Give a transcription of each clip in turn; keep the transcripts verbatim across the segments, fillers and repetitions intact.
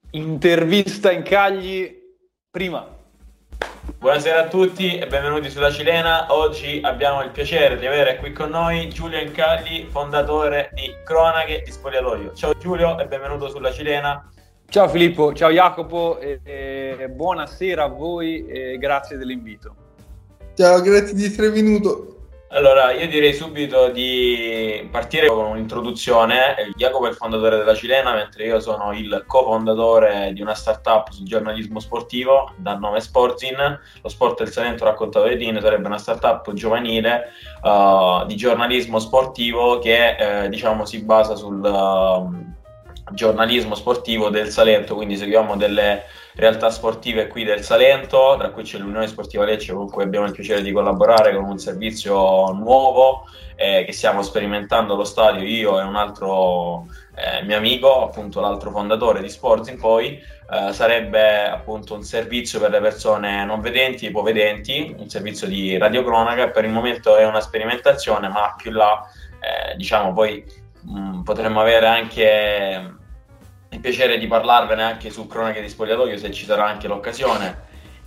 Intervista Incagli prima. Buonasera a tutti e benvenuti sulla Cilena. Oggi abbiamo il piacere di avere qui con noi Giulio Incagli, fondatore di Cronache di Spogliatoio. Ciao Giulio e benvenuto sulla Cilena. Ciao Filippo, ciao Jacopo e, e buonasera a voi e grazie dell'invito. Ciao, grazie di essere venuto. Allora, io direi subito di partire con un'introduzione. Jacopo è il fondatore della Cilena, mentre io sono il co-fondatore di una startup sul giornalismo sportivo dal nome Sportzin. Lo sport del Salento raccontato dai teen sarebbe una startup giovanile uh, di giornalismo sportivo che uh, diciamo si basa sul uh, giornalismo sportivo del Salento, quindi seguiamo delle realtà sportive qui del Salento, tra cui c'è l'Unione Sportiva Lecce, con cui abbiamo il piacere di collaborare con un servizio nuovo eh, che stiamo sperimentando allo stadio, io e un altro eh, mio amico, appunto l'altro fondatore di Sportzin. Poi eh, sarebbe appunto un servizio per le persone non vedenti e ipovedenti, un servizio di radiocronaca. Per il momento è una sperimentazione, ma più là eh, diciamo poi mh, potremmo avere anche il piacere di parlarvene anche su Cronache di Spogliatoio, se ci sarà anche l'occasione.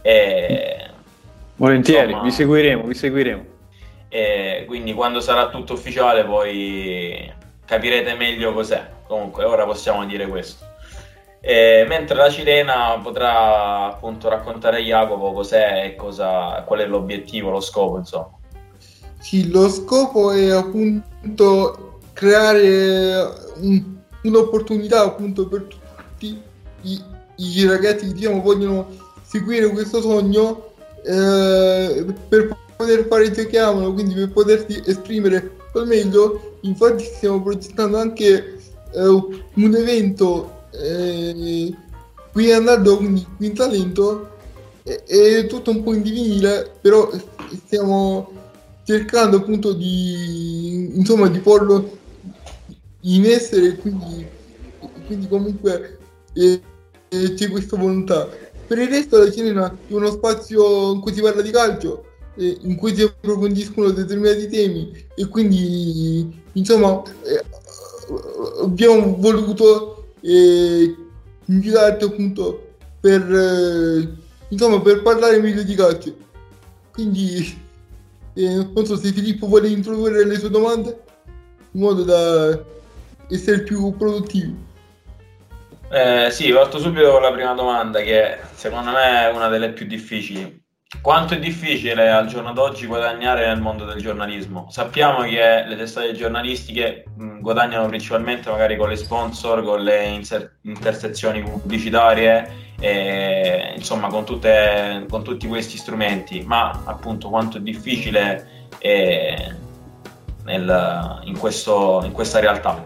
E, volentieri, insomma, vi seguiremo, vi seguiremo. E quindi quando sarà tutto ufficiale poi capirete meglio cos'è. Comunque ora possiamo dire questo. E, mentre la Cilena potrà appunto raccontare a Jacopo cos'è e cosa, qual è l'obiettivo, lo scopo, insomma. Sì, lo scopo è appunto creare un un'opportunità appunto per tutti i, i ragazzi che diciamo vogliono seguire questo sogno eh, per poter fare ciò che amano, quindi per potersi esprimere al meglio. Infatti stiamo progettando anche eh, un evento eh, qui a Naldo, quindi qui in Salento. È, è tutto un po' in divenire, però stiamo cercando appunto di insomma di porlo in essere, quindi, quindi comunque eh, eh, c'è questa volontà. Per il resto la Cilena è uno spazio in cui si parla di calcio, eh, in cui si approfondiscono determinati temi e quindi insomma eh, abbiamo voluto eh, invitarti appunto per eh, insomma per parlare meglio di calcio. Quindi eh, non so se Filippo vuole introdurre le sue domande in modo da essere più produttivi. Eh, sì, parto subito con la prima domanda, che secondo me è una delle più difficili. Quanto è difficile al giorno d'oggi guadagnare nel mondo del giornalismo? Sappiamo che le testate giornalistiche mh, guadagnano principalmente magari con le sponsor, con le inser- intersezioni pubblicitarie, e, insomma con, tutte, con tutti questi strumenti, ma appunto quanto è difficile è nel, in, questo, in questa realtà?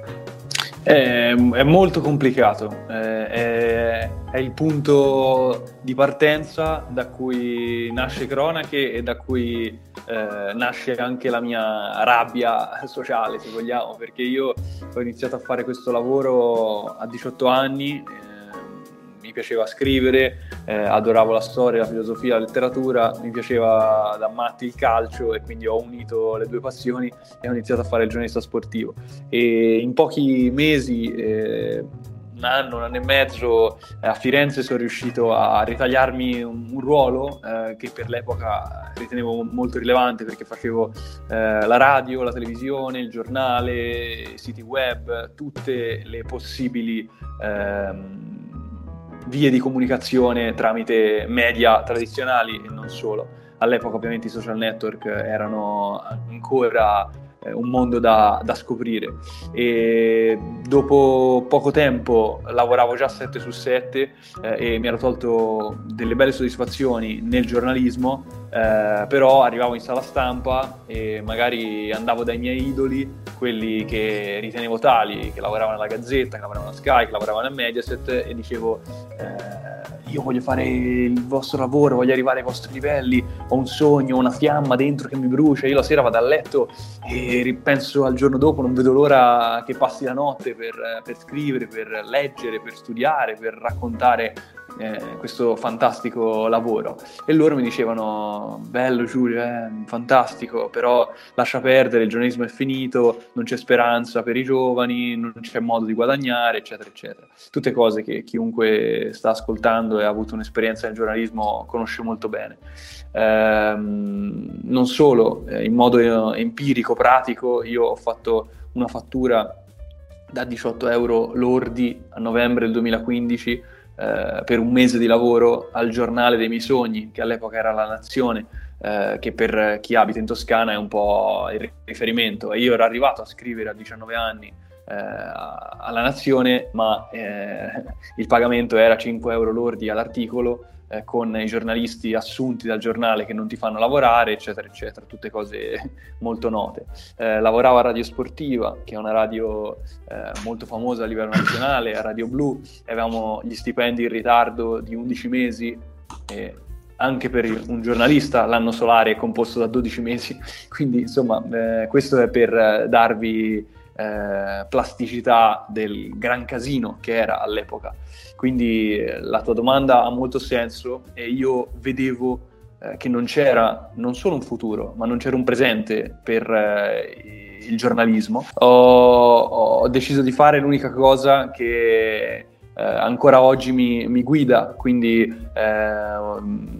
È, è molto complicato, è, è, è il punto di partenza da cui nasce Cronache e da cui eh, nasce anche la mia rabbia sociale, se vogliamo, perché io ho iniziato a fare questo lavoro a diciotto anni. eh, mi piaceva scrivere, eh, adoravo la storia, la filosofia, la letteratura, mi piaceva da matti il calcio e quindi ho unito le due passioni e ho iniziato a fare il giornalista sportivo. E in pochi mesi, eh, un anno, un anno e mezzo, eh, a Firenze sono riuscito a ritagliarmi un, un ruolo eh, che per l'epoca ritenevo molto rilevante, perché facevo eh, la radio, la televisione, il giornale, i siti web, tutte le possibili ehm, vie di comunicazione tramite media tradizionali e non solo. All'epoca ovviamente i social network erano ancora eh, un mondo da, da scoprire, e dopo poco tempo lavoravo già sette su sette eh, e mi ero tolto delle belle soddisfazioni nel giornalismo, eh, però arrivavo in sala stampa e magari andavo dai miei idoli, quelli che ritenevo tali, che lavoravano alla Gazzetta, che lavoravano a Sky, che lavoravano a Mediaset, e dicevo eh, io voglio fare il vostro lavoro, voglio arrivare ai vostri livelli, ho un sogno, una fiamma dentro che mi brucia, io la sera vado a letto e ripenso al giorno dopo, non vedo l'ora che passi la notte per, per scrivere, per leggere, per studiare, per raccontare eh, questo fantastico lavoro, e loro mi dicevano: bello Giulio, eh, fantastico, però lascia perdere, il giornalismo è finito, non c'è speranza per i giovani, non c'è modo di guadagnare, eccetera eccetera. Tutte cose che chiunque sta ascoltando e ha avuto un'esperienza nel giornalismo conosce molto bene. Ehm, non solo, eh, in modo empirico, pratico, io ho fatto una fattura da diciotto euro lordi a novembre del duemilaquindici eh, per un mese di lavoro al giornale dei miei sogni, che all'epoca era La Nazione, eh, che per chi abita in Toscana è un po' il riferimento. E io ero arrivato a scrivere a diciannove anni eh, alla Nazione, ma eh, il pagamento era cinque euro lordi all'articolo, Eh, con i giornalisti assunti dal giornale che non ti fanno lavorare, eccetera eccetera, tutte cose molto note. Eh, lavoravo a Radio Sportiva, che è una radio eh, molto famosa a livello nazionale, a Radio Blu, e avevamo gli stipendi in ritardo di undici mesi, e anche per un giornalista l'anno solare è composto da dodici mesi, quindi insomma eh, questo è per eh, darvi eh, plasticità del gran casino che era all'epoca. Quindi la tua domanda ha molto senso, e io vedevo eh, che non c'era non solo un futuro, ma non c'era un presente per eh, il giornalismo. Ho, ho deciso di fare l'unica cosa che eh, ancora oggi mi, mi guida, quindi eh,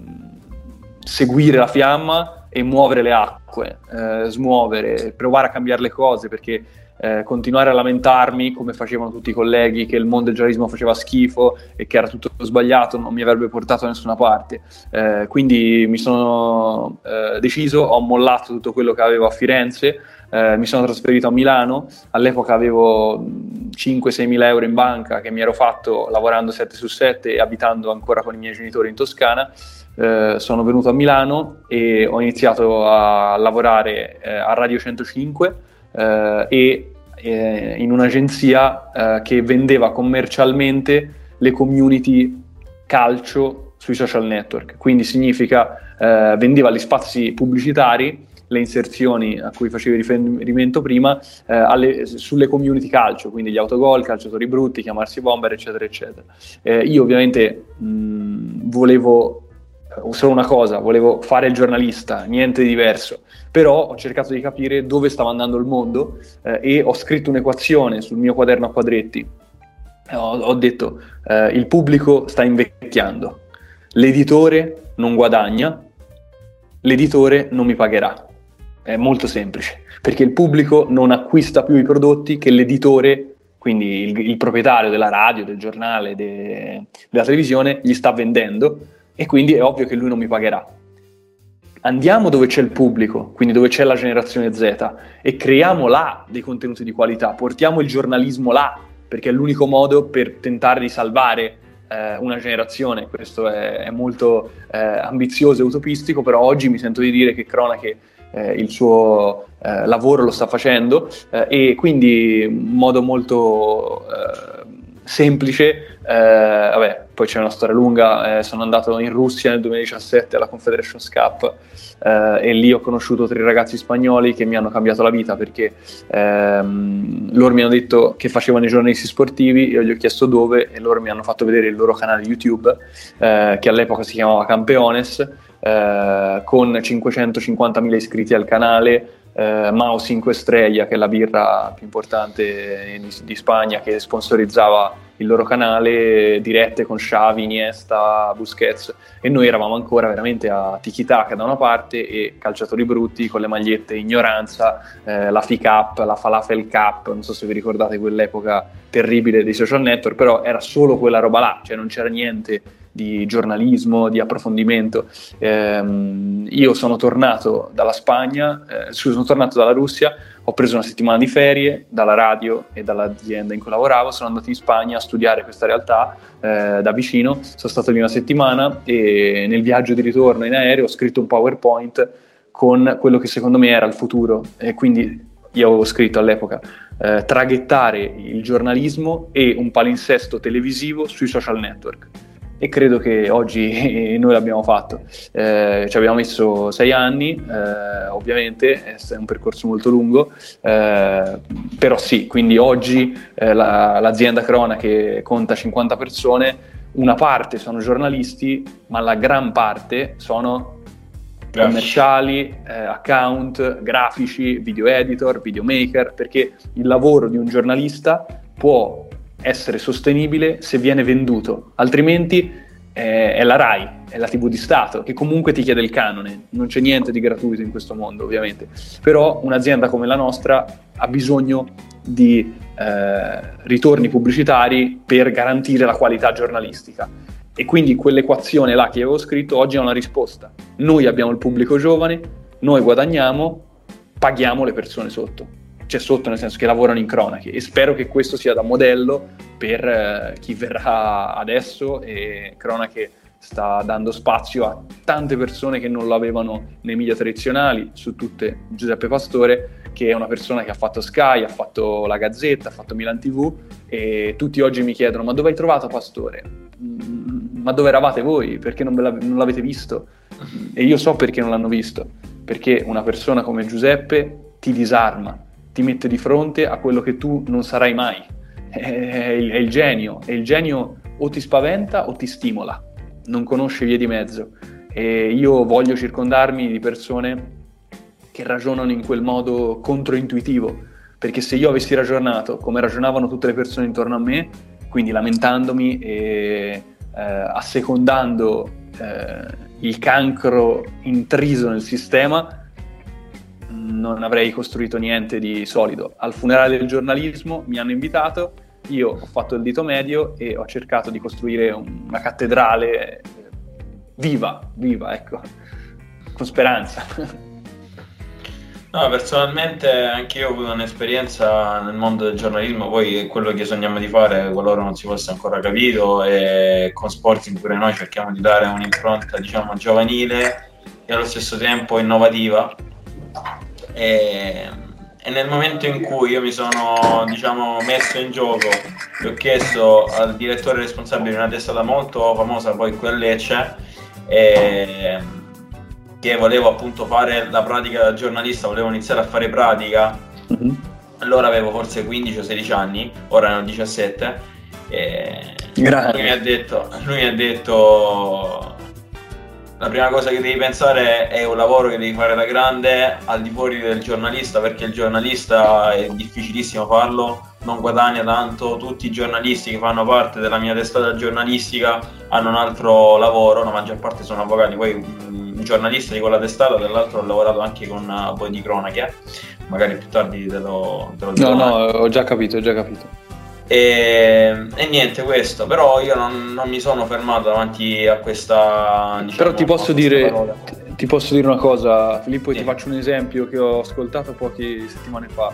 seguire la fiamma e muovere le acque, eh, smuovere, provare a cambiare le cose, perché Eh, continuare a lamentarmi, come facevano tutti i colleghi, che il mondo del giornalismo faceva schifo e che era tutto sbagliato, non mi avrebbe portato da nessuna parte. Eh, quindi mi sono eh, deciso, ho mollato tutto quello che avevo a Firenze, eh, mi sono trasferito a Milano. All'epoca avevo cinque sei mila euro in banca che mi ero fatto lavorando sette su sette e abitando ancora con i miei genitori in Toscana. Eh, sono venuto a Milano e ho iniziato a lavorare eh, a Radio centocinque, Uh, e eh, in un'agenzia uh, che vendeva commercialmente le community calcio sui social network. Quindi significa uh, vendeva gli spazi pubblicitari, le inserzioni a cui facevi riferimento prima, uh, alle, sulle community calcio, quindi gli autogol, calciatori brutti, chiamarsi bomber, eccetera eccetera. Uh, io ovviamente mh, volevo solo una cosa, volevo fare il giornalista, niente di diverso, però ho cercato di capire dove stava andando il mondo eh, e ho scritto un'equazione sul mio quaderno a quadretti. Ho, ho detto eh, il pubblico sta invecchiando, l'editore non guadagna, l'editore non mi pagherà. È molto semplice, perché il pubblico non acquista più i prodotti che l'editore, quindi il, il proprietario della radio, del giornale, de, della televisione, gli sta vendendo, e quindi è ovvio che lui non mi pagherà. Andiamo dove c'è il pubblico, quindi dove c'è la generazione Z, e creiamo là dei contenuti di qualità, portiamo il giornalismo là, perché è l'unico modo per tentare di salvare eh, una generazione. Questo è, è molto eh, ambizioso e utopistico, però oggi mi sento di dire che Cronache eh, il suo eh, lavoro lo sta facendo, eh, e quindi in modo molto eh, semplice, eh, vabbè, poi c'è una storia lunga, eh, sono andato in Russia nel duemiladiciassette alla Confederations Cup, eh, e lì ho conosciuto tre ragazzi spagnoli che mi hanno cambiato la vita, perché ehm, loro mi hanno detto che facevano i giornalisti sportivi, io gli ho chiesto dove, e loro mi hanno fatto vedere il loro canale YouTube, eh, che all'epoca si chiamava Campeones, eh, con cinquecentocinquantamila iscritti al canale, eh, Mao cinque Estrella, che è la birra più importante di, di Spagna, che sponsorizzava il loro canale, dirette con Xavi, Iniesta, Busquets, e noi eravamo ancora veramente a tiki-taka da una parte e calciatori brutti con le magliette ignoranza, eh, la F I Cup, la Falafel Cup, non so se vi ricordate quell'epoca terribile dei social network, però era solo quella roba là, cioè non c'era niente di giornalismo, di approfondimento. Ehm, io sono tornato dalla Spagna, eh, sono tornato dalla Russia, ho preso una settimana di ferie dalla radio e dall'azienda in cui lavoravo, sono andato in Spagna a studiare questa realtà eh, da vicino, sono stato lì una settimana e nel viaggio di ritorno in aereo ho scritto un PowerPoint con quello che secondo me era il futuro, e quindi io avevo scritto all'epoca eh, traghettare il giornalismo e un palinsesto televisivo sui social network. E credo che oggi noi l'abbiamo fatto. Eh, ci abbiamo messo sei anni, eh, ovviamente è un percorso molto lungo, eh, però sì, quindi oggi eh, la, l'azienda Cronache conta cinquanta persone, una parte sono giornalisti, ma la gran parte sono commerciali, eh, account, grafici, video editor, videomaker, perché il lavoro di un giornalista può essere sostenibile se viene venduto, altrimenti eh, è la Rai, è la tivù di Stato, che comunque ti chiede il canone, non c'è niente di gratuito in questo mondo ovviamente, però un'azienda come la nostra ha bisogno di eh, ritorni pubblicitari per garantire la qualità giornalistica, e quindi quell'equazione là che avevo scritto oggi ha una risposta. Noi abbiamo il pubblico giovane, noi guadagniamo, paghiamo le persone sotto, cioè sotto nel senso che lavorano in cronache, e spero che questo sia da modello per eh, chi verrà adesso, e Cronache sta dando spazio a tante persone che non lo avevano nei media tradizionali, su tutte Giuseppe Pastore, che è una persona che ha fatto Sky, ha fatto la Gazzetta, ha fatto Milan tivù, e tutti oggi mi chiedono: ma dove hai trovato Pastore? Ma dove eravate voi? Perché non, l'av- non l'avete visto? E io so perché non l'hanno visto, perché una persona come Giuseppe ti disarma, ti mette di fronte a quello che tu non sarai mai. È, è, il, è il genio, e il genio o ti spaventa o ti stimola, non conosce vie di mezzo, e io voglio circondarmi di persone che ragionano in quel modo controintuitivo, perché se io avessi ragionato come ragionavano tutte le persone intorno a me, quindi lamentandomi e eh, assecondando eh, il cancro intriso nel sistema, non avrei costruito niente di solido. Al funerale del giornalismo mi hanno invitato, io ho fatto il dito medio e ho cercato di costruire una cattedrale viva, viva, ecco, con speranza. No, personalmente anche io ho avuto un'esperienza nel mondo del giornalismo, poi è quello che sogniamo di fare qualora non si fosse ancora capito, e con Sporting pure noi cerchiamo di dare un'impronta, diciamo, giovanile e allo stesso tempo innovativa. E, e nel momento in cui io mi sono, diciamo, messo in gioco e ho chiesto al direttore responsabile di una testata molto famosa poi qui a Lecce, e che volevo appunto fare la pratica da giornalista, volevo iniziare a fare pratica, mm-hmm. Allora avevo forse quindici o sedici anni, ora ne ho diciassette, e lui mi ha detto, lui mi ha detto la prima cosa che devi pensare è un lavoro che devi fare da grande al di fuori del giornalista, perché il giornalista è difficilissimo farlo, non guadagna tanto, tutti i giornalisti che fanno parte della mia testata giornalistica hanno un altro lavoro, la maggior parte sono avvocati, poi un giornalista di quella testata, tra l'altro ho lavorato anche con uh, poi di cronache, magari più tardi te lo, te lo dico. No, no, ho già capito, ho già capito. E, e niente, questo, però io non, non mi sono fermato davanti a questa, diciamo, però ti posso dire ti, ti posso dire una cosa, Filippo, sì. Ti faccio un esempio che ho ascoltato poche settimane fa,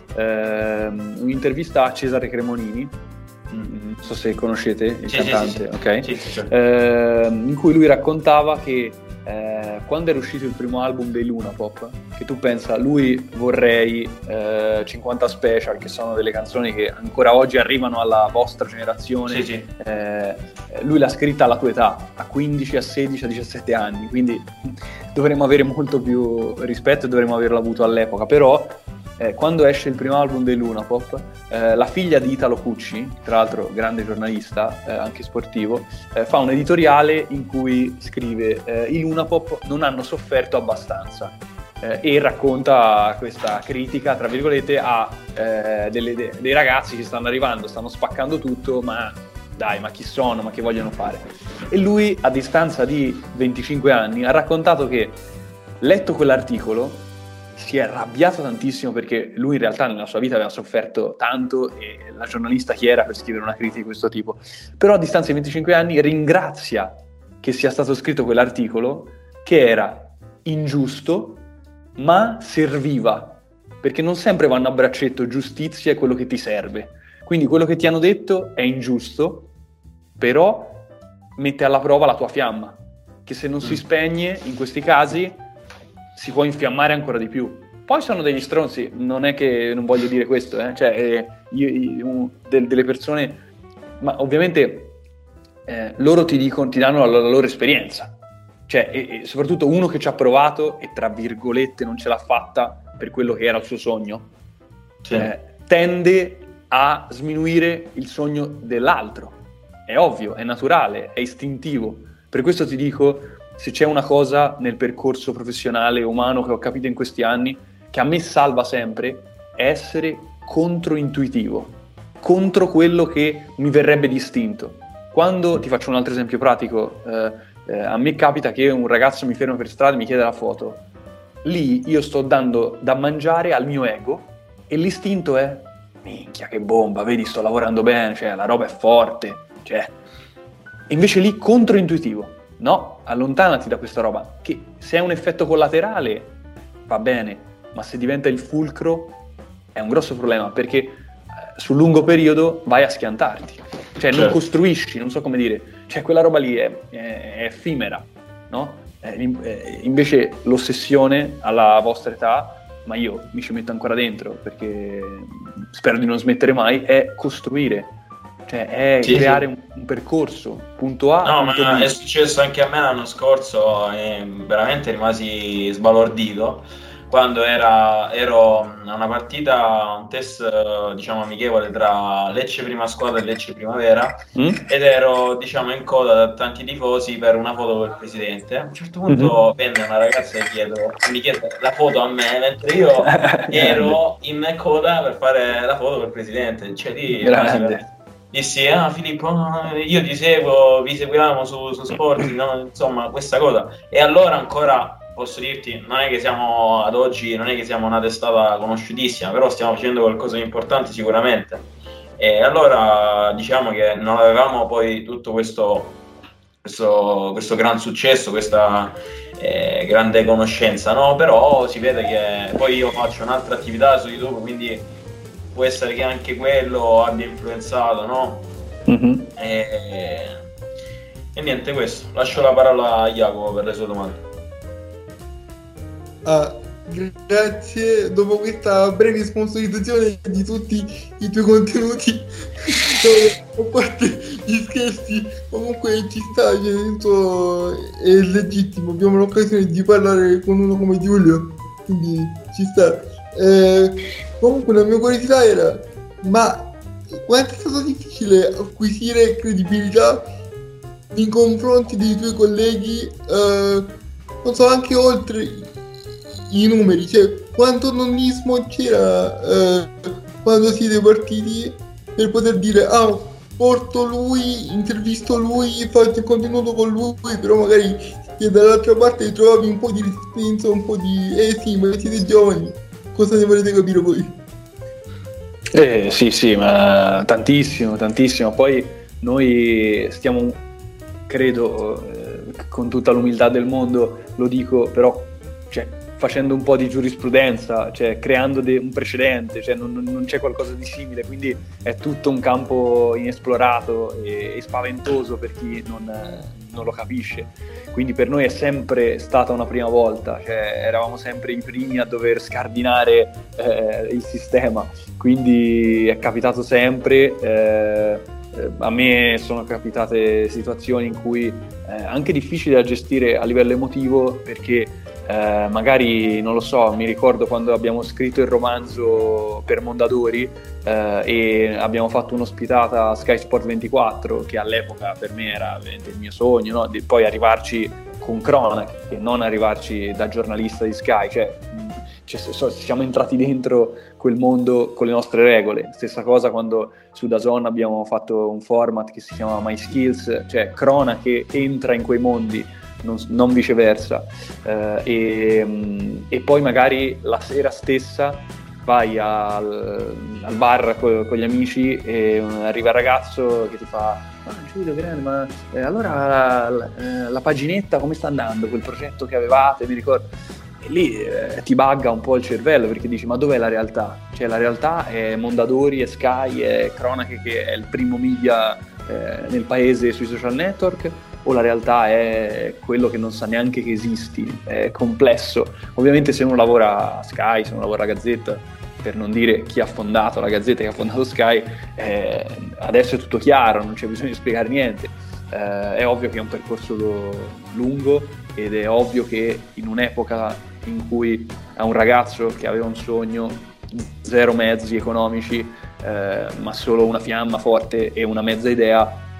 eh, un'intervista a Cesare Cremonini, non so se conoscete il sì, cantante, sì, sì, sì. ok? Sì, sì, sì. Eh, in cui lui raccontava che eh, quando era uscito il primo album dei Luna Pop, che tu pensa, lui vorrei eh, cinquanta Special, che sono delle canzoni che ancora oggi arrivano alla vostra generazione, sì, sì. Eh, lui l'ha scritta alla tua età, a quindici, a sedici, a diciassette anni, quindi dovremmo avere molto più rispetto e dovremmo averlo avuto all'epoca, però Eh, quando esce il primo album dei Luna Pop, eh, la figlia di Italo Cucci, tra l'altro grande giornalista, eh, anche sportivo, eh, fa un editoriale in cui scrive eh, i Luna Pop non hanno sofferto abbastanza, eh, e racconta questa critica, tra virgolette, a eh, delle, de, dei ragazzi che stanno arrivando, stanno spaccando tutto, ma dai, ma chi sono, ma che vogliono fare? E lui, a distanza di venticinque anni, ha raccontato che, letto quell'articolo, si è arrabbiato tantissimo, perché lui in realtà nella sua vita aveva sofferto tanto, e la giornalista chi era per scrivere una critica di questo tipo, però a distanza di venticinque anni ringrazia che sia stato scritto quell'articolo, che era ingiusto ma serviva, perché non sempre vanno a braccetto giustizia e quello che ti serve, quindi quello che ti hanno detto è ingiusto, però mette alla prova la tua fiamma, che se non si spegne in questi casi si può infiammare ancora di più. Poi sono degli stronzi, non è che non voglio dire questo, eh? Cioè eh, io, io, de, delle persone, ma ovviamente eh, loro ti dicono, ti danno la, la loro esperienza, cioè e, e soprattutto uno che ci ha provato e tra virgolette non ce l'ha fatta per quello che era il suo sogno, sì. eh, tende a sminuire il sogno dell'altro, è ovvio, è naturale, è istintivo. Per questo ti dico, se c'è una cosa nel percorso professionale e umano che ho capito in questi anni, che a me salva sempre, è essere controintuitivo, contro quello che mi verrebbe distinto. Quando, ti faccio un altro esempio pratico, eh, eh, a me capita che un ragazzo mi ferma per strada e mi chiede la foto. Lì io sto dando da mangiare al mio ego e l'istinto è minchia che bomba, vedi sto lavorando bene, cioè la roba è forte, cioè. Invece lì controintuitivo, no, allontanati da questa roba, che se è un effetto collaterale va bene, ma se diventa il fulcro è un grosso problema, perché eh, sul lungo periodo vai a schiantarti, cioè non certo. costruisci, non so come dire, cioè quella roba lì è, è, è effimera, no? Eh, eh, invece l'ossessione alla vostra età, ma io mi ci metto ancora dentro perché spero di non smettere mai, è costruire, cioè è sì, creare sì. Un, un percorso, punto A, no, punto ma B. è successo anche a me l'anno scorso e veramente rimasi sbalordito quando era, ero a una partita, un test diciamo amichevole tra Lecce Prima Squadra e Lecce Primavera mm? ed ero diciamo in coda da tanti tifosi per una foto col presidente. A un certo punto mm-hmm. venne una ragazza e chiedo, mi chiede la foto a me mentre io ero in coda per fare la foto col presidente, cioè lì dissi ah Filippo io ti seguo, vi seguiamo su, su Sport, no? Insomma questa cosa, e allora ancora posso dirti, non è che siamo ad oggi, non è che siamo una testata conosciutissima, però stiamo facendo qualcosa di importante sicuramente. E allora diciamo che non avevamo poi tutto questo, questo, questo gran successo, questa eh, grande conoscenza, no? Però si vede che poi io faccio un'altra attività su YouTube, quindi può essere che anche quello abbia influenzato, no? Mm-hmm. E, e niente, questo. Lascio la parola a Jacopo per le sue domande. Ah, grazie, dopo questa breve sponsorizzazione di tutti i tuoi contenuti, a parte gli scherzi, comunque ci sta, cioè, è legittimo, abbiamo l'occasione di parlare con uno come Giulio, quindi ci sta. Eh, comunque la mia curiosità era, ma quanto è stato difficile acquisire credibilità nei confronti dei tuoi colleghi, eh, non so, anche oltre i numeri, cioè quanto nonnismo c'era eh, quando siete partiti per poter dire ah porto lui, intervisto lui, faccio il contenuto con lui, però magari che dall'altra parte trovavi un po' di resistenza, un po' di eh sì ma siete giovani, cosa ne volete capire voi? Eh sì sì, ma tantissimo, tantissimo, poi noi stiamo, credo, eh, con tutta l'umiltà del mondo lo dico, però cioè facendo un po' di giurisprudenza, cioè creando de- un precedente, cioè non, non c'è qualcosa di simile, quindi è tutto un campo inesplorato e, e spaventoso per chi non, non lo capisce. Quindi per noi è sempre stata una prima volta, cioè eravamo sempre i primi a dover scardinare eh, il sistema, quindi è capitato sempre. Eh, a me sono capitate situazioni in cui eh, anche difficili da gestire a livello emotivo, perché Eh, magari non lo so, mi ricordo quando abbiamo scritto il romanzo per Mondadori eh, e abbiamo fatto un'ospitata a Sky Sport ventiquattro, che all'epoca per me era veramente il mio sogno, no? Di poi arrivarci con cronache, che non arrivarci da giornalista di Sky, cioè, cioè so, siamo entrati dentro quel mondo con le nostre regole. Stessa cosa quando su DAZN abbiamo fatto un format che si chiama My Skills, cioè cronache entra in quei mondi, Non, non viceversa, eh, e, e poi magari la sera stessa vai al, al bar con, con gli amici e arriva il ragazzo che ti fa ah Giulio grande, ma eh, allora la, la, la paginetta come sta andando, quel progetto che avevate, mi ricordo, e lì eh, ti bugga un po' il cervello, perché dici ma dov'è la realtà? Cioè la realtà è Mondadori, è Sky, è Cronache che è il primo media eh, nel paese sui social network, o la realtà è quello che non sa neanche che esisti, è complesso. Ovviamente se uno lavora a Sky, se uno lavora a Gazzetta, per non dire chi ha fondato la Gazzetta e chi ha fondato Sky, eh, adesso è tutto chiaro, non c'è bisogno di spiegare niente. Eh, è ovvio che è un percorso lungo ed è ovvio che in un'epoca in cui a un ragazzo che aveva un sogno, zero mezzi economici, eh, ma solo una fiamma forte e una mezza idea,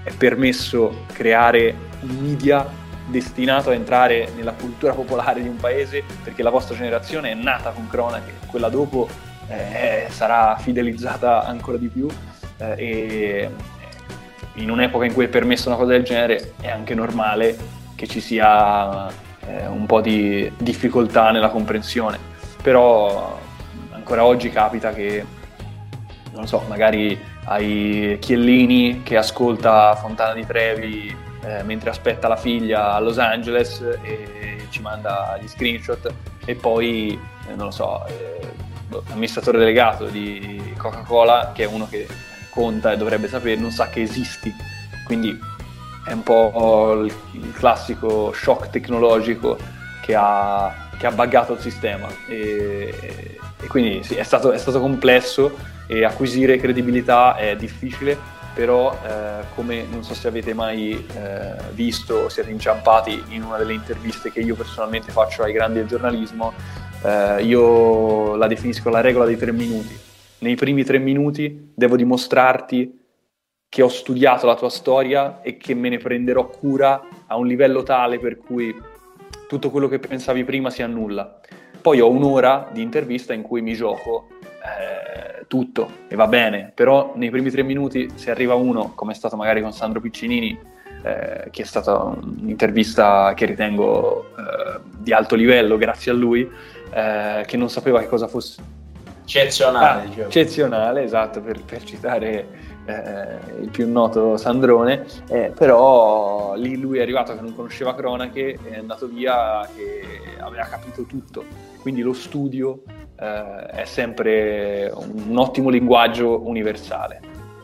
è permesso creare un media destinato a entrare nella cultura popolare di un paese, perché la vostra generazione è nata con cronache, quella dopo eh, sarà fidelizzata ancora di più, eh, e in un'epoca in cui è permesso una cosa del genere è anche normale che ci sia eh, un po' di difficoltà nella comprensione. Però ancora oggi capita che, non lo so, magari hai Chiellini che ascolta Fontana di Trevi eh, mentre aspetta la figlia a Los Angeles e ci manda gli screenshot, e poi eh, non lo so, eh, l'amministratore delegato di Coca-Cola, che è uno che conta e dovrebbe sapere, non sa che esisti. Quindi è un po' il, il classico shock tecnologico che ha, che ha buggato il sistema, e, e quindi sì, è stato, è stato complesso, e acquisire credibilità è difficile, però eh, come non so se avete mai eh, visto o siete inciampati in una delle interviste che io personalmente faccio ai grandi del giornalismo, eh, io la definisco la regola dei tre minuti. Nei primi tre minuti devo dimostrarti che ho studiato la tua storia e che me ne prenderò cura a un livello tale per cui tutto quello che pensavi prima si annulla. Poi ho un'ora di intervista in cui mi gioco eh, tutto e va bene, però nei primi tre minuti se arriva uno, come è stato magari con Sandro Piccinini, eh, che è stata un'intervista che ritengo eh, di alto livello grazie a lui, eh, che non sapeva che cosa fosse. Eccezionale, ah, diciamo. Eccezionale, esatto, per, per citare eh, il più noto Sandrone, eh, però lì lui è arrivato che non conosceva cronache, è andato via che aveva capito tutto. Quindi lo studio eh, è sempre un, un ottimo linguaggio universale.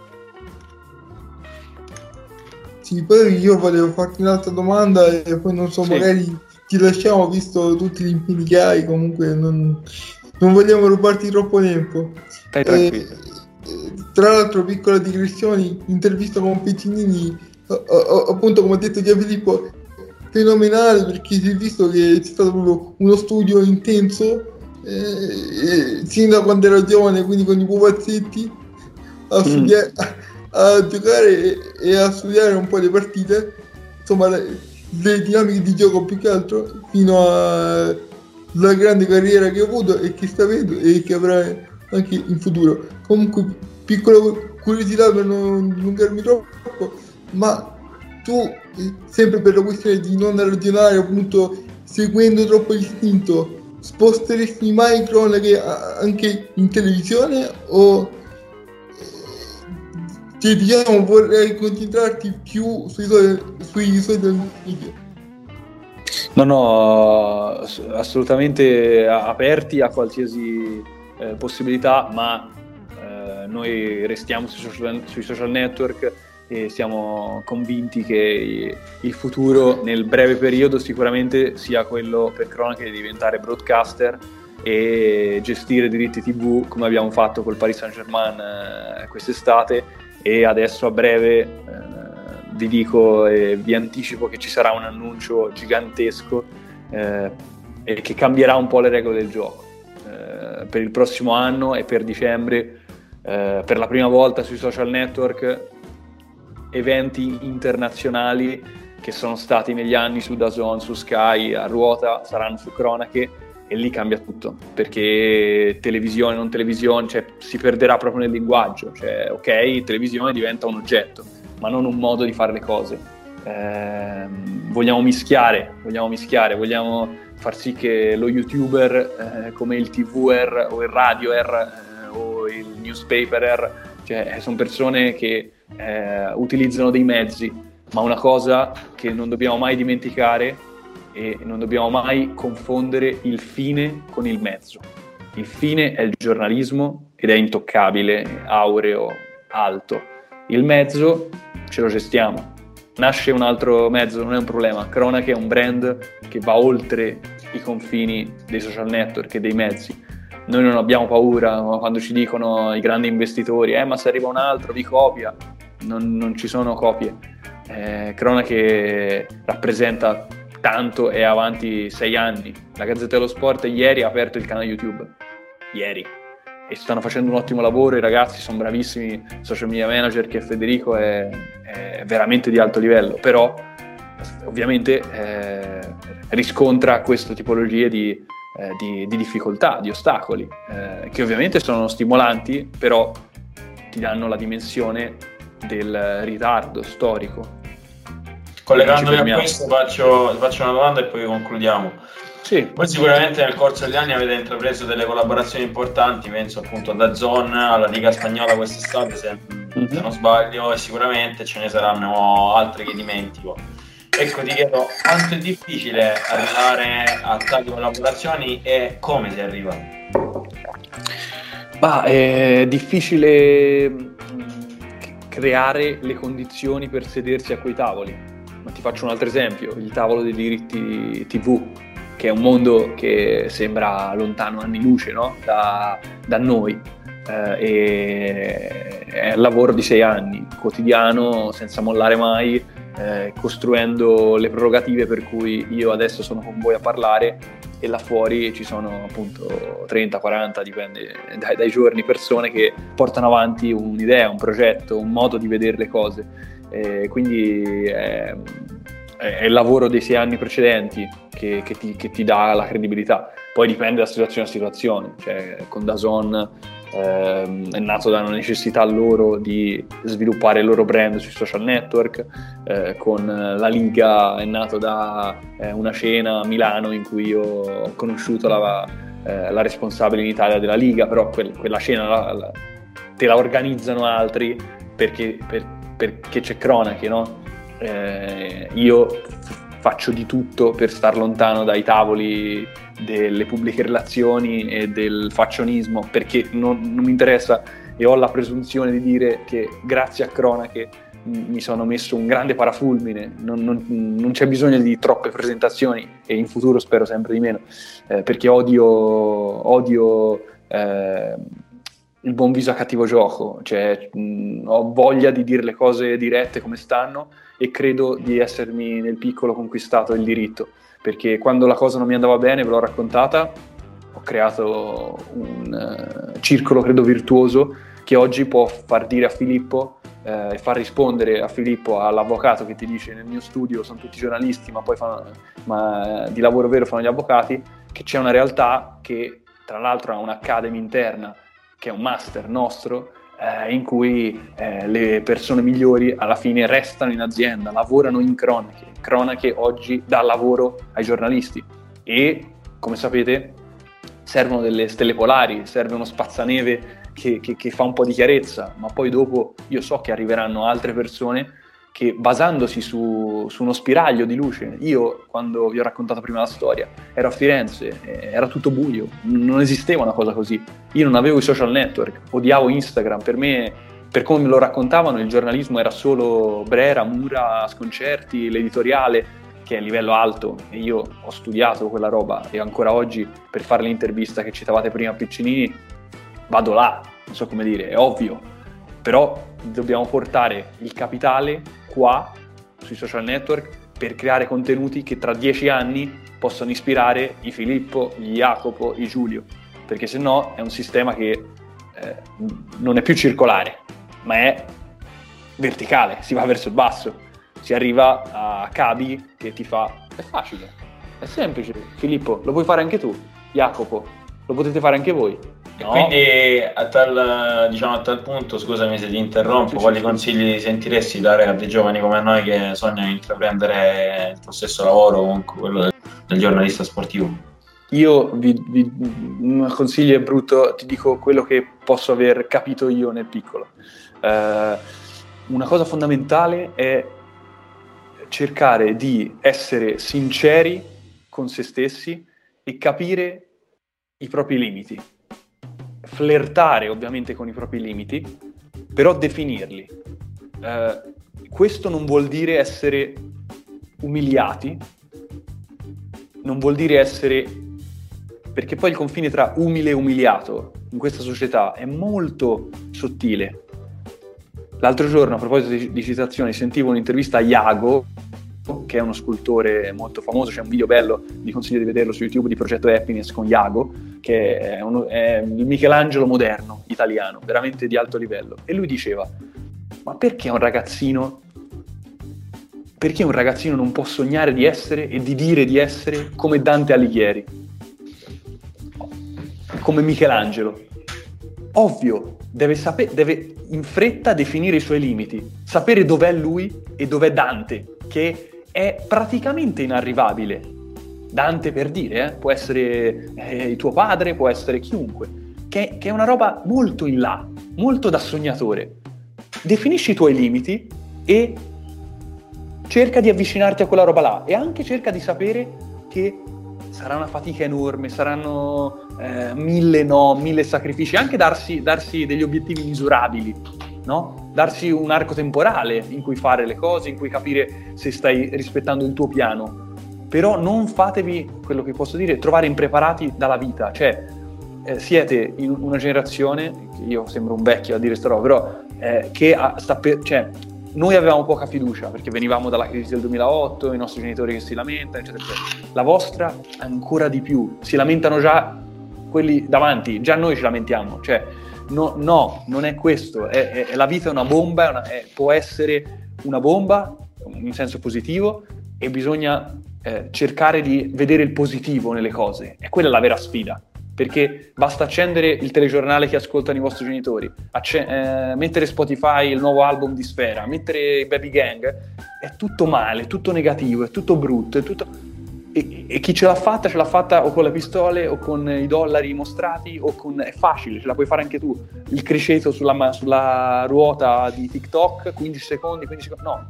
Sì, poi io volevo farti un'altra domanda e poi non so, sì, magari ti lasciamo, visto tutti gli impegni che hai, comunque non, non vogliamo rubarti troppo tempo. Stai tranquillo. Eh, tra l'altro, piccola digressione, intervista con Piccinini, appunto come ha detto Gianfilippo, fenomenale, perché si è visto che c'è stato proprio uno studio intenso, eh, sin da quando era giovane, quindi con i pupazzetti, a, studiare, mm. a, a giocare e, e a studiare un po' le partite, insomma le, le dinamiche di gioco più che altro, fino alla grande carriera che ha avuto e che sta avendo e che avrà anche in futuro. Comunque, piccola curiosità per non allungarmi troppo, ma tu, sempre per la questione di non ragionare, appunto, seguendo troppo l'istinto, sposteresti mai cronache anche in televisione, o cioè, diciamo, vorrei concentrarti più sui social, sui social media? No, no, assolutamente aperti a qualsiasi eh, possibilità, ma eh, noi restiamo sui social, sui social network e siamo convinti che il futuro nel breve periodo sicuramente sia quello per cronache di diventare broadcaster e gestire diritti tivù, come abbiamo fatto col Paris Saint-Germain eh, quest'estate, e adesso a breve eh, vi dico e vi anticipo che ci sarà un annuncio gigantesco eh, e che cambierà un po' le regole del gioco. Eh, per il prossimo anno e per dicembre, eh, per la prima volta sui social network, eventi internazionali che sono stati negli anni su DAZN, su Sky, a ruota, saranno su cronache, e lì cambia tutto, perché televisione, non televisione, cioè si perderà proprio nel linguaggio, cioè ok, televisione diventa un oggetto, ma non un modo di fare le cose. Eh, vogliamo mischiare, vogliamo mischiare, vogliamo far sì che lo youtuber, eh, come il TVer o il radioer eh, o il newspaperer, cioè sono persone che eh, utilizzano dei mezzi, ma una cosa che non dobbiamo mai dimenticare e non dobbiamo mai confondere il fine con il mezzo. Il fine è il giornalismo ed è intoccabile, aureo, alto. Il mezzo ce lo gestiamo. Nasce un altro mezzo, non è un problema. Cronache è un brand che va oltre i confini dei social network e dei mezzi. Noi non abbiamo paura quando ci dicono i grandi investitori eh ma se arriva un altro vi copia. Non, non ci sono copie. Eh, Cronache rappresenta tanto, è avanti sei anni. La Gazzetta dello Sport ieri ha aperto il canale YouTube. Ieri. e stanno facendo un ottimo lavoro, i ragazzi sono bravissimi, social media manager che Federico è, è veramente di alto livello, però ovviamente eh, riscontra queste tipologie di, eh, di, di difficoltà, di ostacoli, eh, che ovviamente sono stimolanti, però ti danno la dimensione del ritardo storico. Collegandomi a questo faccio, faccio una domanda e poi concludiamo. Sì. Voi sicuramente nel corso degli anni avete intrapreso delle collaborazioni importanti, penso appunto a DAZN, alla Liga Spagnola quest'estate, se, mm-hmm. se non sbaglio, e sicuramente ce ne saranno altre che dimentico. Ecco, ti chiedo, quanto è difficile arrivare a tali collaborazioni e come si arriva? Bah, è difficile creare le condizioni per sedersi a quei tavoli. Ma ti faccio un altro esempio, il tavolo dei diritti tivù, che è un mondo che sembra lontano anni luce, no? da, da noi, eh, e è il lavoro di sei anni, quotidiano, senza mollare mai, eh, costruendo le prerogative per cui io adesso sono con voi a parlare e là fuori ci sono appunto trenta quaranta, dipende dai, dai giorni, persone che portano avanti un'idea, un progetto, un modo di vedere le cose. Eh, quindi è, è il lavoro dei sei anni precedenti che, che, ti, che ti dà la credibilità. Poi dipende da situazione a situazione, cioè con DAZN eh, è nato da una necessità loro di sviluppare il loro brand sui social network, eh, con la Liga è nato da eh, una cena a Milano in cui io ho conosciuto la, eh, la responsabile in Italia della Liga, però quel, quella cena la, la, te la organizzano altri perché, per, perché c'è cronache, no? Eh, io f- faccio di tutto per star lontano dai tavoli delle pubbliche relazioni e del faccionismo, perché non, non mi interessa, e ho la presunzione di dire che grazie a cronache mi sono messo un grande parafulmine, non, non, non c'è bisogno di troppe presentazioni e in futuro spero sempre di meno, eh, perché odio, odio eh, il buon viso a cattivo gioco, cioè mh, ho voglia di dire le cose dirette come stanno e credo di essermi nel piccolo conquistato il diritto, perché quando la cosa non mi andava bene ve l'ho raccontata, ho creato un uh, circolo credo virtuoso che oggi può far dire a Filippo eh, e far rispondere a Filippo, all'avvocato che ti dice nel mio studio sono tutti giornalisti ma poi fanno, ma di lavoro vero fanno gli avvocati, che c'è una realtà che tra l'altro ha un'academy interna che è un master nostro, eh, in cui eh, le persone migliori alla fine restano in azienda, lavorano in cronache. Cronache oggi dà lavoro ai giornalisti e, come sapete, servono delle stelle polari, serve uno spazzaneve che, che, che fa un po' di chiarezza, ma poi dopo io so che arriveranno altre persone che, basandosi su, su uno spiraglio di luce, io quando vi ho raccontato prima la storia ero a Firenze, era tutto buio, non esisteva una cosa così, io non avevo i social network, odiavo Instagram, per me, per come me lo raccontavano, il giornalismo era solo Brera, Mura, Sconcerti, l'editoriale, che è a livello alto, e io ho studiato quella roba e ancora oggi per fare l'intervista che citavate prima a Piccinini vado là, non so come dire, è ovvio, però dobbiamo portare il capitale qua sui social network per creare contenuti che tra dieci anni possano ispirare i Filippo, i Jacopo, i Giulio, perché se no è un sistema che eh, non è più circolare ma è verticale, si va verso il basso, si arriva a Cabi che ti fa, è facile, è semplice, Filippo lo puoi fare anche tu, Jacopo lo potete fare anche voi. No. Quindi a tal, diciamo, a tal punto, scusami se ti interrompo, quali consigli sentiresti dare a dei giovani come noi che sognano di intraprendere il tuo stesso lavoro, comunque quello del, del giornalista sportivo? Io vi, vi un consiglio è brutto, ti dico quello che posso aver capito io nel piccolo. Uh, una cosa fondamentale è cercare di essere sinceri con se stessi e capire i propri limiti. Flirtare ovviamente con i propri limiti, però definirli. Eh, questo non vuol dire essere umiliati, non vuol dire essere, perché poi il confine tra umile e umiliato in questa società è molto sottile. L'altro giorno, a proposito di, di citazioni, sentivo un'intervista a Iago, che è uno scultore molto famoso, c'è un video bello, vi consiglio di vederlo su YouTube, di Progetto Happiness con Iago, che è, uno, è il Michelangelo moderno italiano, veramente di alto livello, e lui diceva: ma perché un ragazzino perché un ragazzino non può sognare di essere e di dire di essere come Dante Alighieri, come Michelangelo? Ovvio, deve sapere, deve in fretta definire i suoi limiti, sapere dov'è lui e dov'è Dante, che è praticamente inarrivabile. Dante, per dire, eh, può essere eh, tuo padre, può essere chiunque, che, che è una roba molto in là, molto da sognatore. Definisci i tuoi limiti e cerca di avvicinarti a quella roba là, e anche cerca di sapere che sarà una fatica enorme, saranno eh, mille no, mille sacrifici, anche darsi, darsi degli obiettivi misurabili, no? Darsi un arco temporale in cui fare le cose, in cui capire se stai rispettando il tuo piano. Però non fatevi, quello che posso dire, trovare impreparati dalla vita. Cioè, eh, siete in una generazione, io sembro un vecchio a dire sta roba, però eh, che ha, sta per, cioè, noi avevamo poca fiducia perché venivamo dalla crisi del duemilaotto, i nostri genitori che si lamentano, eccetera, eccetera. La vostra ancora di più, si lamentano già quelli davanti, già noi ci lamentiamo, cioè no, no non è questo, è, è, è la vita è una bomba, è una, è, può essere una bomba in senso positivo, e bisogna eh, cercare di vedere il positivo nelle cose, e quella è la vera sfida. Perché basta accendere il telegiornale che ascoltano i vostri genitori, acc- eh, mettere Spotify, il nuovo album di Sfera, mettere Baby Gang, è tutto male, è tutto negativo, è tutto brutto, è tutto... E, e chi ce l'ha fatta, ce l'ha fatta o con le pistole, o con i dollari mostrati, o con... è facile, ce la puoi fare anche tu. Il criceto sulla, sulla ruota di TikTok, quindici secondi, quindici secondi, no.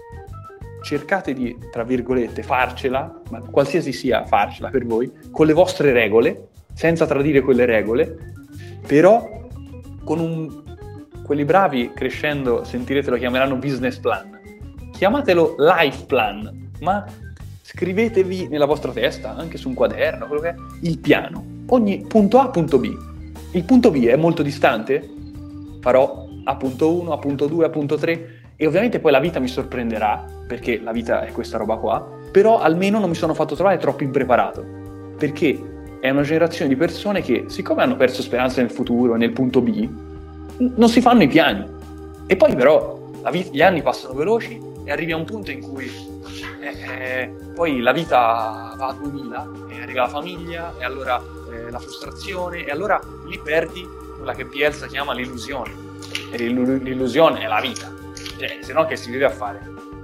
Cercate di, tra virgolette, farcela, ma qualsiasi sia farcela per voi, con le vostre regole, senza tradire quelle regole, però con un... quelli bravi crescendo, sentirete, lo chiameranno business plan, chiamatelo life plan, ma scrivetevi nella vostra testa, anche su un quaderno, quello che è, il piano, ogni punto A, punto B. Il punto B è molto distante, farò A punto uno, A punto due, A punto tre, e ovviamente poi la vita mi sorprenderà, perché la vita è questa roba qua, però almeno non mi sono fatto trovare troppo impreparato, perché è una generazione di persone che, siccome hanno perso speranza nel futuro, nel punto B, n- non si fanno i piani. E poi però la vita, gli anni passano veloci e arrivi a un punto in cui eh, eh, poi la vita va a duemila e arriva la famiglia, e allora eh, la frustrazione, e allora lì perdi quella che Bielsa chiama l'illusione. E l'illu- l'illusione è la vita, cioè, se no che si deve a fare?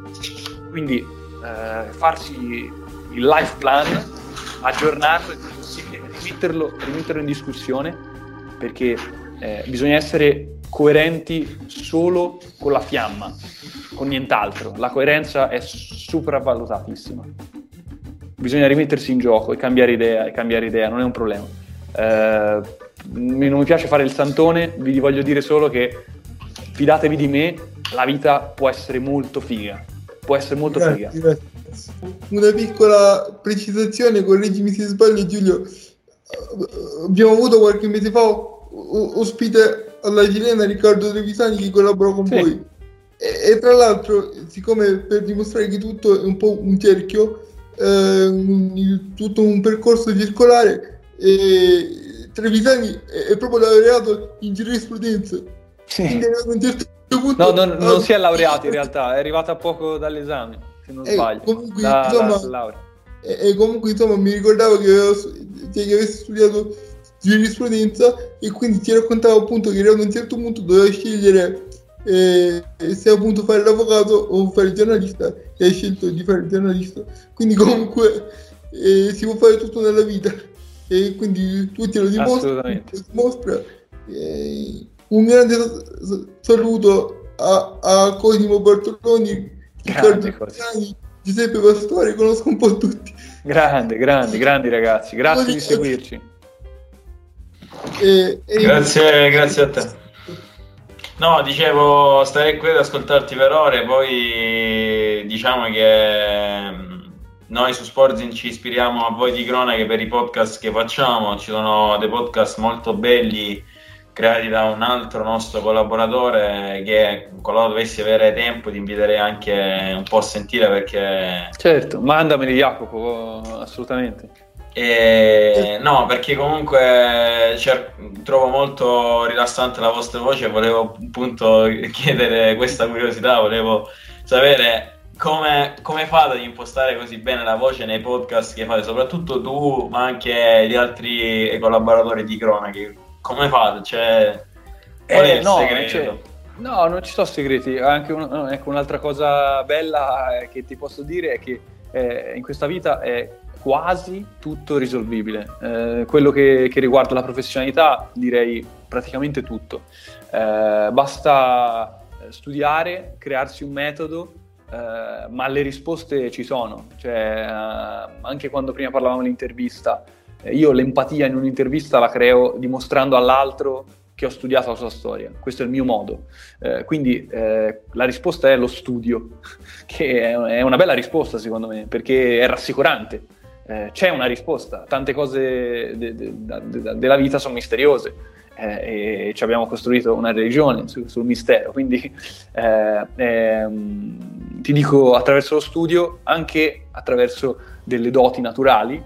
Quindi eh, farsi il life plan, aggiornarlo, rimetterlo, rimetterlo in discussione, perché eh, bisogna essere coerenti solo con la fiamma, con nient'altro. La coerenza è sopravvalutatissima. Bisogna rimettersi in gioco e cambiare idea, e cambiare idea non è un problema. Eh, non mi piace fare il santone, vi voglio dire solo che fidatevi di me, la vita può essere molto figa, può essere molto grazie, figa. Grazie. Una piccola precisazione, correggimi se sbaglio Giulio, abbiamo avuto qualche mese fa ospite alla Cilena Riccardo Trevisani, che collabora con sì. voi, e, e tra l'altro, siccome per dimostrare che tutto è un po' un cerchio, eh, un, tutto un percorso circolare, e Trevisani è, è proprio laureato in giurisprudenza, sì. Quindi a un certo punto, no, non, non si è laureato in realtà, è arrivato a poco dall'esame, se non eh, sbaglio, comunque, da, insomma, da laurea. E, e comunque insomma mi ricordavo che, avevo, che avessi studiato giurisprudenza, e quindi ti raccontavo appunto che arrivato a un certo punto doveva scegliere eh, se appunto fare l'avvocato o fare il giornalista, e hai scelto di fare il giornalista. Quindi comunque eh, si può fare tutto nella vita, e quindi tu te lo dimostri, ti dimostra. Eh, un grande saluto a, a Cosimo Bartoloni, Riccardo Trevisani, Giuseppe Pastore, conosco un po' tutti. Grande, grandi, grandi ragazzi, grazie di seguirci. E, e grazie, grazie a te. No, dicevo, starei qui ad ascoltarti per ore, poi diciamo che noi su Sportzin ci ispiriamo a voi di cronache per i podcast che facciamo, ci sono dei podcast molto belli creati da un altro nostro collaboratore che, qualora dovessi avere tempo, ti inviterei anche un po' a sentire, perché certo, mandameli Jacopo, assolutamente. E, no, perché comunque cer- trovo molto rilassante la vostra voce e volevo appunto chiedere questa curiosità, volevo sapere come, come fate ad impostare così bene la voce nei podcast che fate, soprattutto tu, ma anche gli altri collaboratori di Cronache. Come fate? Cioè, qual è Eh, il no, segreto? cioè, no, non ci sono segreti. Anche un- no, ecco, un'altra cosa bella eh, che ti posso dire è che eh, in questa vita è quasi tutto risolvibile. Eh, quello che, che riguarda la professionalità, direi praticamente tutto. Eh, basta studiare, crearsi un metodo, eh, ma le risposte ci sono. Cioè, eh, anche quando prima parlavamo dell'intervista, eh, io l'empatia in un'intervista la creo dimostrando all'altro che ho studiato la sua storia. Questo è il mio modo. Eh, quindi eh, la risposta è lo studio, che è, è una bella risposta secondo me, perché è rassicurante. Eh, c'è una risposta. Tante cose de- de- de- de- della vita sono misteriose eh, e ci abbiamo costruito una religione su- sul mistero. Quindi eh, ehm, ti dico, attraverso lo studio, anche attraverso delle doti naturali,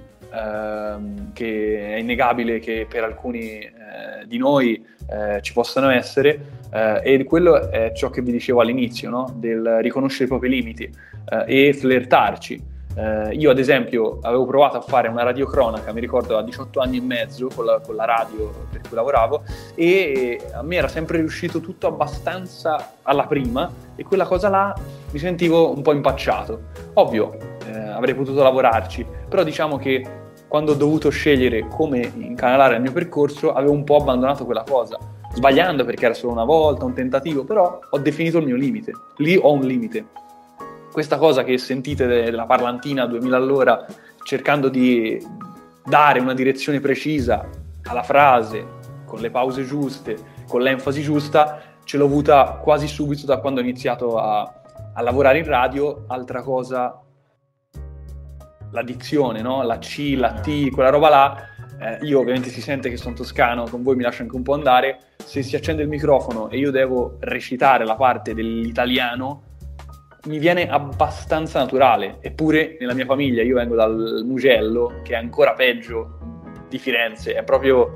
ehm, che è innegabile che per alcuni eh, di noi eh, ci possano essere, eh, e quello è ciò che vi dicevo all'inizio, no? Del riconoscere i propri limiti eh, e flirtarci. Eh, io ad esempio avevo provato a fare una radiocronaca, mi ricordo a diciotto anni e mezzo con la, con la radio per cui lavoravo, e a me era sempre riuscito tutto abbastanza alla prima, e quella cosa là mi sentivo un po' impacciato. Ovvio, eh, avrei potuto lavorarci, però diciamo che quando ho dovuto scegliere come incanalare il mio percorso avevo un po' abbandonato quella cosa, sbagliando perché era solo una volta, un tentativo, però ho definito il mio limite. Lì ho un limite. Questa cosa che sentite della parlantina a duemila all'ora, cercando di dare una direzione precisa alla frase, con le pause giuste, con l'enfasi giusta, ce l'ho avuta quasi subito da quando ho iniziato a, a lavorare in radio. Altra cosa, la dizione, no? La C, la T, quella roba là. Eh, io ovviamente si sente che sono toscano, con voi mi lascio anche un po' andare. Se si accende il microfono e io devo recitare la parte dell'italiano, mi viene abbastanza naturale. Eppure nella mia famiglia, io vengo dal Mugello, che è ancora peggio di Firenze, è proprio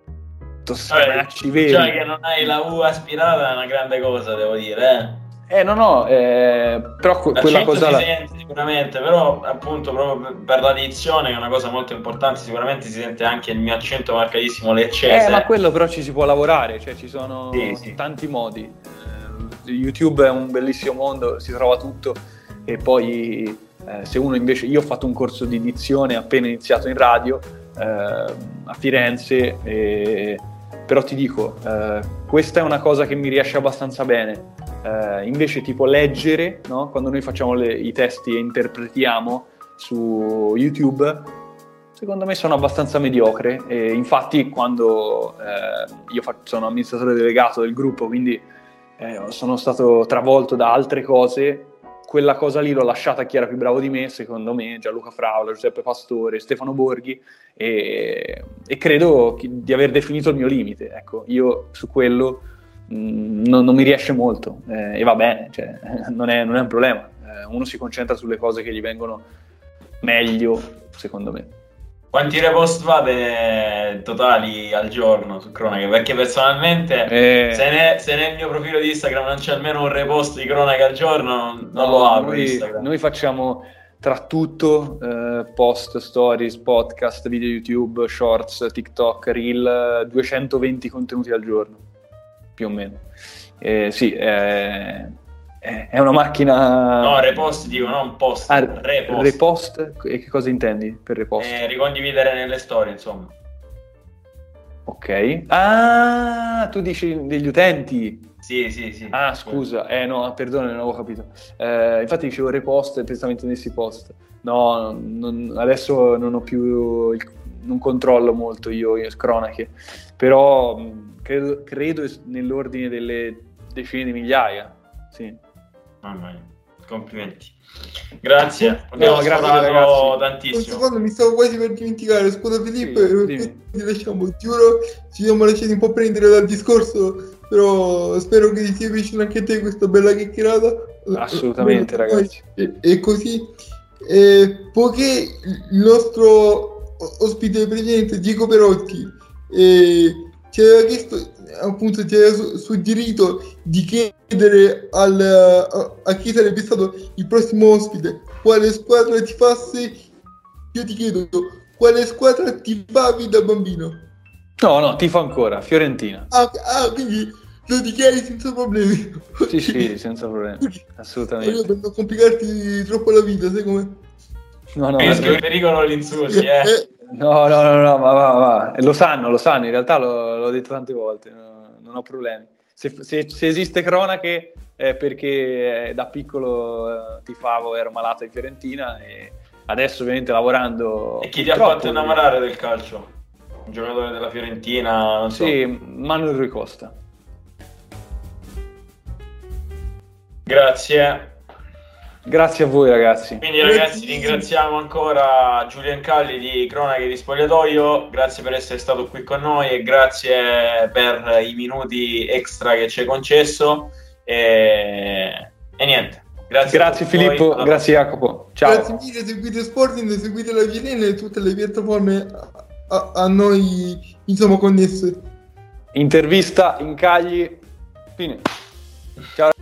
toscanacci veri. Cioè che non hai la U aspirata è una grande cosa, devo dire, eh. Eh no no, eh, però que- quella cosa si la... sente sicuramente, però appunto proprio per la dizione, che è una cosa molto importante, sicuramente si sente anche il mio accento marcatissimo leccese. Eh, ma quello però ci si può lavorare, cioè ci sono Sì, sì. tanti modi. Eh, YouTube è un bellissimo mondo, si trova tutto, e poi eh, se uno invece... Io ho fatto un corso di dizione appena iniziato in radio eh, a Firenze, e... però ti dico, eh, questa è una cosa che mi riesce abbastanza bene. Uh, invece tipo leggere, no? Quando noi facciamo le, i testi e interpretiamo su YouTube, secondo me sono abbastanza mediocre, e infatti quando eh, io fa- sono amministratore delegato del gruppo, quindi eh, sono stato travolto da altre cose, quella cosa lì l'ho lasciata a chi era più bravo di me, secondo me, Gianluca Fraula, Giuseppe Pastore, Stefano Borghi, e, e credo che, di aver definito il mio limite. Ecco, io su quello Non, non mi riesce molto, eh, e va bene, cioè, non, è, non è un problema. Eh, uno si concentra sulle cose che gli vengono meglio, secondo me. Quanti repost fate totali al giorno su Cronache? Perché personalmente Eh, se, ne, se nel mio profilo di Instagram non c'è almeno un repost di Cronache al giorno, non, non lo apro noi, Instagram. noi facciamo tra tutto, eh, post, stories, podcast, video YouTube, shorts, TikTok, reel, duecentoventi contenuti al giorno, più o meno. Eh, sì, è, è una macchina... No, repost dico, non post, Ah, repost. repost? E che cosa intendi per repost? Eh, ricondividere nelle storie, insomma. Ok. Ah, tu dici degli utenti? Sì, sì, sì. Ah, scusa, eh no, perdone, non avevo capito. Eh, infatti dicevo repost e pensavo intendessi post. No, non- adesso non ho più, il- non controllo molto io le cronache, però mh, credo, credo nell'ordine delle decine di migliaia. Sì. Mamma mia, complimenti. Grazie, No, abbiamo grazie, sforato ragazzi. Un tantissimo. secondo, mi stavo quasi per dimenticare. Scusa Filippo, Sì, e dimmi. poi ti lasciamo. Giuro, ci siamo lasciati un po' prendere dal discorso, però spero che ti sia piaciuta anche a te questa bella chiacchierata. Assolutamente, Bene, ragazzi. E, e così, e poiché il nostro ospite precedente, Diego Perotti, e ci aveva chiesto, appunto, ci aveva su- suggerito di chiedere al, a, a chi sarebbe stato il prossimo ospite quale squadra tifasse. Io ti chiedo, quale squadra tifavi da bambino? No, no, tifo ancora, Fiorentina. Ah, ah, quindi lo dichiari senza problemi. Sì, sì, senza problemi, assolutamente. Io per non complicarti troppo la vita, sai come? No, no, Rischio eh, che pericolo l'insulti, eh. Eh, no, no, no, no, ma va, va. Lo sanno, lo sanno, in realtà lo- l'ho detto tante volte, no, non ho problemi. Se, se- se esiste cronache è perché eh, da piccolo eh, tifavo, ero malato in Fiorentina e adesso ovviamente lavorando... E chi ti ha purtroppo- fatto innamorare del calcio? Un giocatore della Fiorentina, non so. Sì, Manuel Rui Costa. Grazie. Grazie a voi ragazzi. Quindi ragazzi, ringraziamo ancora Giulian Calli di Cronache di Spogliatoio, grazie per essere stato qui con noi e grazie per i minuti extra che ci hai concesso e, e niente. Grazie, Grazie a tutti Filippo, voi. grazie Jacopo. Ciao. Grazie mille, seguite Sporting, seguite la Virena e tutte le piattaforme a, a- a noi, insomma, connesse. Intervista, incagli, fine. Ciao.